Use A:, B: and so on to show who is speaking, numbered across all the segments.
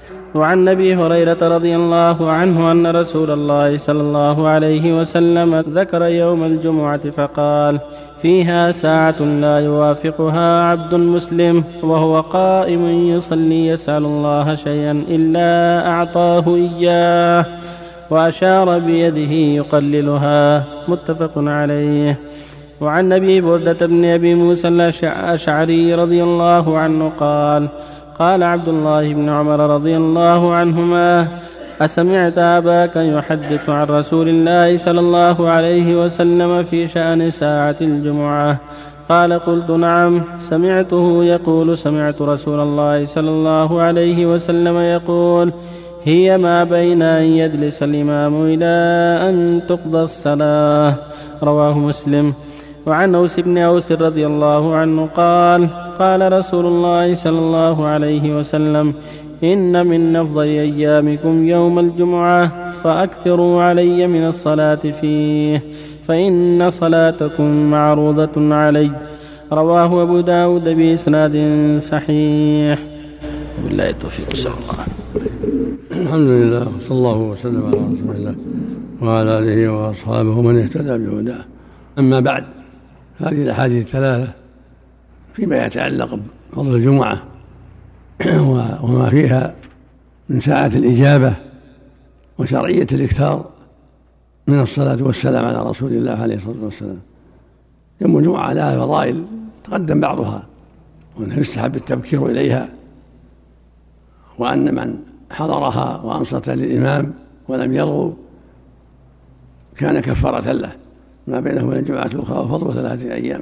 A: وعن أبي هريرة رضي الله عنه أن رسول الله صلى الله عليه وسلم ذكر يوم الجمعة فقال: فيها ساعة لا يوافقها عبد مسلم وهو قائم يصلي يسأل الله شيئا إلا أعطاه إياه، وأشار بيده يقللها. متفق عليه. وعن أبي بردة بن أبي موسى الأشعري رضي الله عنه قال: قال عبد الله بن عمر رضي الله عنهما: أسمعت أباك يحدث عن رسول الله صلى الله عليه وسلم في شأن ساعة الجمعة؟ قال: قلت: نعم، سمعته يقول: سمعت رسول الله صلى الله عليه وسلم يقول: هي ما بين أن يجلس الإمام إلى أن تقضى الصلاة. رواه مسلم. وعن أوس بن أوس رضي الله عنه قال: قال رسول الله صلى الله عليه وسلم: إن من أفضل أيامكم يوم الجمعة، فأكثروا علي من الصلاة فيه، فإن صلاتكم معروضة علي. رواه أبو داود بإسناد صحيح. بالله التوفيق. صلى الله.
B: الحمد لله، صلى الله وسلم على رسول الله وعلى آله وأصحابه ومن اهتدى بهداه. أما بعد، هذه الأحاديث الثلاثة فيما يتعلق بفضل الجمعة وما فيها من ساعة الإجابة وشرعية الإكثار من الصلاة والسلام على رسول الله عليه الصلاة والسلام. يوم الجمعة لها فضائل تقدم بعضها، وأنه يستحب التبكير إليها، وأن من حضرها وأنصت للإمام ولم يرغب كان كفارة له ما بينه وبين الجمعة الأخرى، وفضل 3 أيام.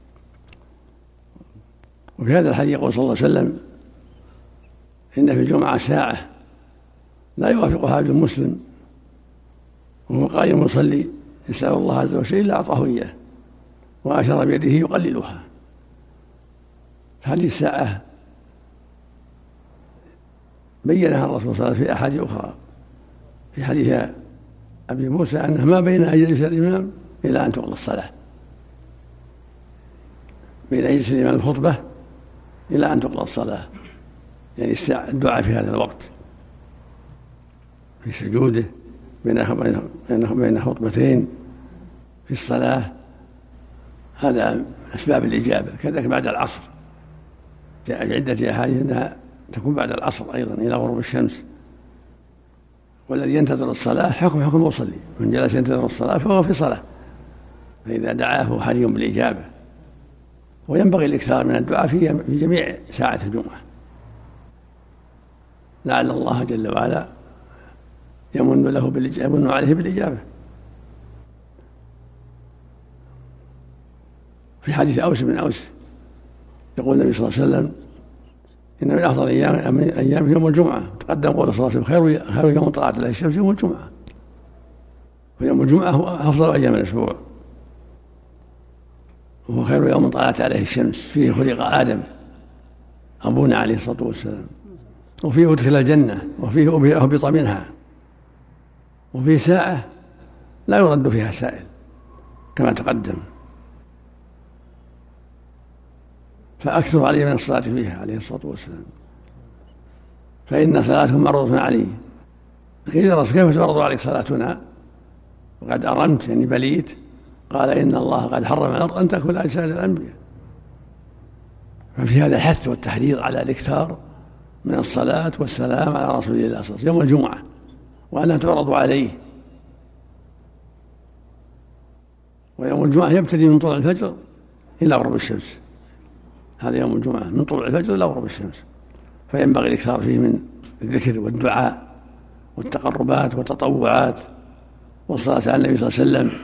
B: وفي هذا الحديث يقول صلى الله عليه وسلم: إن في الجمعة ساعة لا يوافقها عبد مسلم وهو قائم يصلي يسأل الله عز وجل إلا أعطاه إياه، وأشار بيده يقللها. هذه الساعة بينها الرسول صلى الله عليه وسلم في أحاديث أخرى، في حديث أبي موسى أنه ما بين أن يجلس الإمام إلى أن تقضى الصلاة، بين أن يجلس الإمام الخطبة إلى أن تقضى الصلاة، يعني الدعاء في هذا الوقت في سجوده بين خطبتين في الصلاة، هذا من أسباب الإجابة. كذلك بعد العصر جاء في عدة أحاديث أنها تكون بعد العصر أيضا إلى غروب الشمس. والذي ينتظر الصلاة حكم المصلي، من جلس ينتظر الصلاة فهو في صلاة، فإذا دعاه حري بالإجابة. وينبغي الإكثار من الدعاء في جميع ساعة الجمعة، لعل الله جل وعلا يمن عليه بالإجابة. في حديث أوس بن أوس يقول النبي صلى الله عليه وسلم: إن من أفضل أيام يوم الجمعة. تقدم قول صلى الله عليه وسلم: خير يوم طلعت عليه الشمس يوم الجمعة. ويوم الجمعة هو أفضل أيام الأسبوع، وهو خير يوم طلعت عليه الشمس، فيه خلق آدم أبونا عليه الصلاة والسلام، وفيه أدخل الجنة، وفيه أهبط منها، وفيه ساعة لا يرد فيها سائل كما تقدم. فأكثر عليه من الصلاة فيها عليه الصلاة والسلام، فإن صلاتهم معروضة عليه. قيل يا رسول كيف تعرض عليك صلاتنا وقد أرمت يعني بليت؟ قال: إن الله قد حرم على الأرض أن تأكل أجساد الأنبياء. ففي هذا الحث والتحريض على الإكثار من الصلاة والسلام على رسول الله صلى الله عليه وسلم يوم الجمعة، وأنها تعرض عليه. ويوم الجمعة يبتدي من طلوع الفجر إلى غروب الشمس، هذا يوم الجمعة من طلوع الفجر إلى غروب الشمس، فينبغي الإكثار فيه من الذكر والدعاء والتقربات والتطوعات والصلاة على النبي صلى الله عليه وسلم.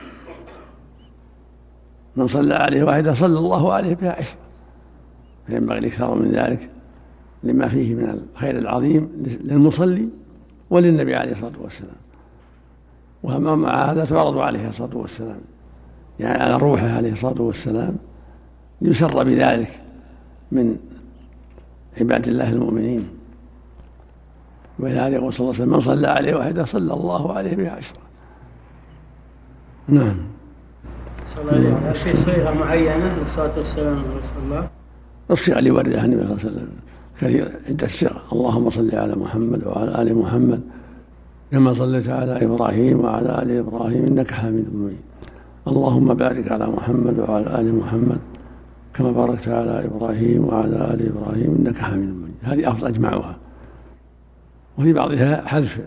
B: من صلى عليه واحدة صلى الله عليه بها 10، فينبغي الإكثار من ذلك لما فيه من الخير العظيم للمصلي وللنبي عليه الصلاة والسلام. ومع هذا تعرض عليه الصلاة والسلام، يعني على روحه عليه الصلاة والسلام، يسر بذلك من عباد الله المؤمنين. ولهذا يقول صلى الله عليه وسلم: من صلى عليه واحدة صلى الله عليه بها 10. نعم.
A: صلى الله عليه وسلم. شيء صيغة معينة للصلاة والسلام على رسول الله؟
B: الصيغة اللي وردها النبي صلى الله عليه وسلم كثير عدة صيغ: اللهم صل على محمد وعلى آل محمد كما صليت على إبراهيم وعلى آل إبراهيم إنك حميد مجيد. اللهم بارك على محمد وعلى آل محمد كما باركت على إبراهيم وعلى آل إبراهيم إنك حميد مجيد. هذه أفضل أجمعها. وفي بعضها حذف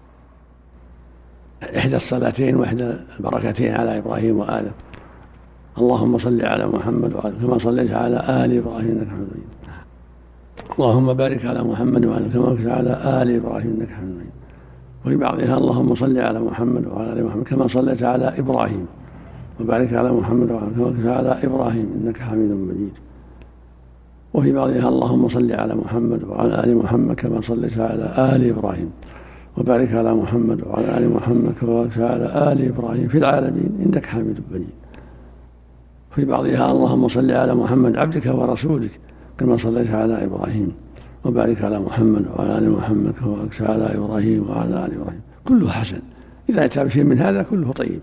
B: إحدى الصلاتين وإحدى البركتين على إبراهيم وآله: اللهم صل على محمد وعلى كما صليت على آل إبراهيم إنك حميد مجيد. اللهم بارك على محمد وعلى كما باركت على آل إبراهيم إنك حميد مجيد. وفي بعضها: اللهم صل على محمد وعلى آل محمد كما صليت على إبراهيم وبارك على محمد وعلى كما باركت على إبراهيم إنك حميد مجيد. وفي بعضها: اللهم صل على محمد وعلى آل محمد كما صليت على آل إبراهيم وبارك على محمد وعلى آل محمد كما باركت على آل إبراهيم في العالمين إنك حميد مجيد. في بعضها: اللهم صل على محمد عبدك ورسولك كما صليت على إبراهيم وبارك على محمد وعلى آل محمد كما باركت على إبراهيم وعلى آل إبراهيم. كله حسن، إذا أتى بشيء من هذا كله طيب.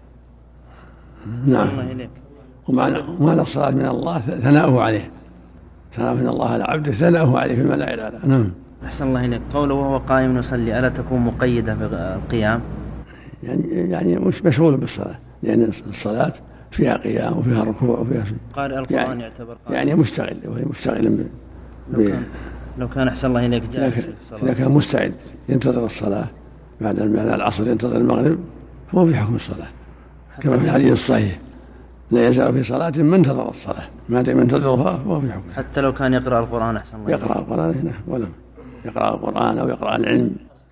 B: نعم. ومعنى الصلاة من الله ثناؤه عليه، ثناء من الله على عبده ثناؤه عليه في الملأ الأعلى. نعم.
C: أحسن الله إليك. قوله وهو قائم يصلي ألا تكون مقيدة بالقيام؟
B: يعني مش مشغول بالصلاة، لأن الصلاة فيها قيام وفيها ركوع وفيها
C: قارئ القرآن يعتبر قائم،
B: يعني مشتغل، وهي مشتغل
C: لو كان أحسن الله إليك جالس في الصلاة،
B: إذا كان مستعد ينتظر الصلاة بعد العصر ينتظر المغرب فهو في حكم الصلاة، كما في الحديث الصحيح: لا يزال في صلاة من انتظر الصلاة، ما دام ينتظرها فهو في حكم.
C: حتى لو كان يقرأ القرآن أحسن الله إليك.
B: يقرأ القرآن هنا ولا يقرأ القرآن أو يقرأ العلم.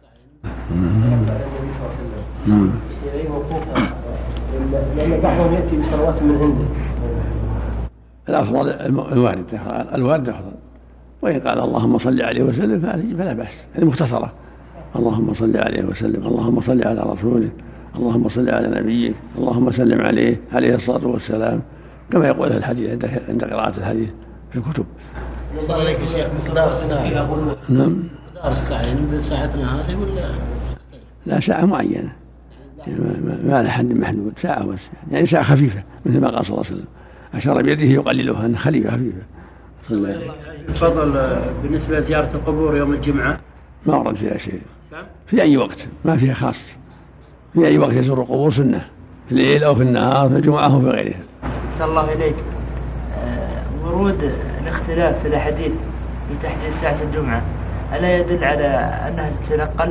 D: لأن بعضهم يأتي بصلوات من عنده.
B: الأفضل الوارد أفضل، وإن قال اللهم صل عليه وسلم فلا بأس، هذه مختصرة: اللهم صل عليه وسلم، اللهم صل على رسولك، اللهم صل على نبيك، اللهم سلم عليه الصلاة والسلام، كما يقول الحديث عند قراءة الحديث في الكتب.
D: صلى عليك يا شيخ مقدار الساعة.
B: نعم.
D: مقدار الساعة يعني ساعتنا هذه ولا
B: لا ساعة معينة، يعني ما لها حد محدود، ساعة بس، يعني ساعة خفيفة مثل ما قال صلى الله عليه وسلم، أشار بيده يقللها أن خليفة خفيفة.
D: تفضل. بالنسبة لزيارة القبور يوم الجمعة
B: ما ورد فيها شيء، في أي وقت ما فيها خاص، في أي وقت يزور القبور سنة، في الليل أو في النهار، في الجمعة أو في غيرها.
E: صلى الله إليك. ورود الاختلاف في الأحاديث في تحديد ساعة الجمعة ألا يدل على أنها تتنقل؟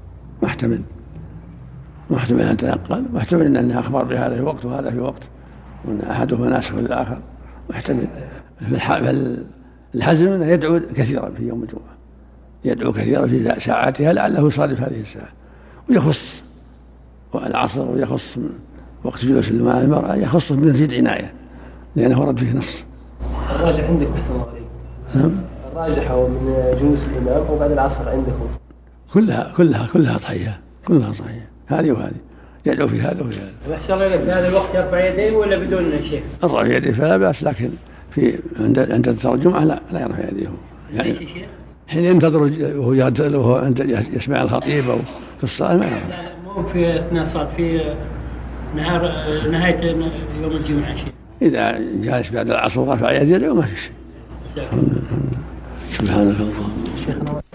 E: محتمل أن تتنقل، واحتمل أنها أخبار بهذا في وقت وهذا في وقت، وأن أحدهما ناسخ للآخر، محتمل. الحزم أنه يدعو كثيرا في يوم الجمعة، يدعو كثيرا في ساعاتها لعله يصادف هذه الساعة، ويخص العصر ويخص وقت جلوس المرأة، يخصه بمزيد عناية لأنه ورد فيه نص.
D: الراجح عندك أحسن الله عليك.
B: نعم.
D: الراجح هو من جلوس الإمام أو بعد العصر عندكم؟
B: كلها صحيحة، كلها صحيحة، هذه وهذه، يدعو في هذا وفي هذا.
D: أحسن الله عليك. في هذا الوقت يرفع يديه ولا بدون شيء؟
B: رفع يديه فلا بأس، لكن عند الجمعة لا يرفع يديه، يعني حين ينتظر وهو يسمع الخطيب أو في الصلاة ما يرفع.
D: لا مو في أثناء الصلاة، في نهاية يوم الجمعة شيء.
B: إذا جالس بعد العصر رفع يديه وما في شيء. سبحانك اللهم.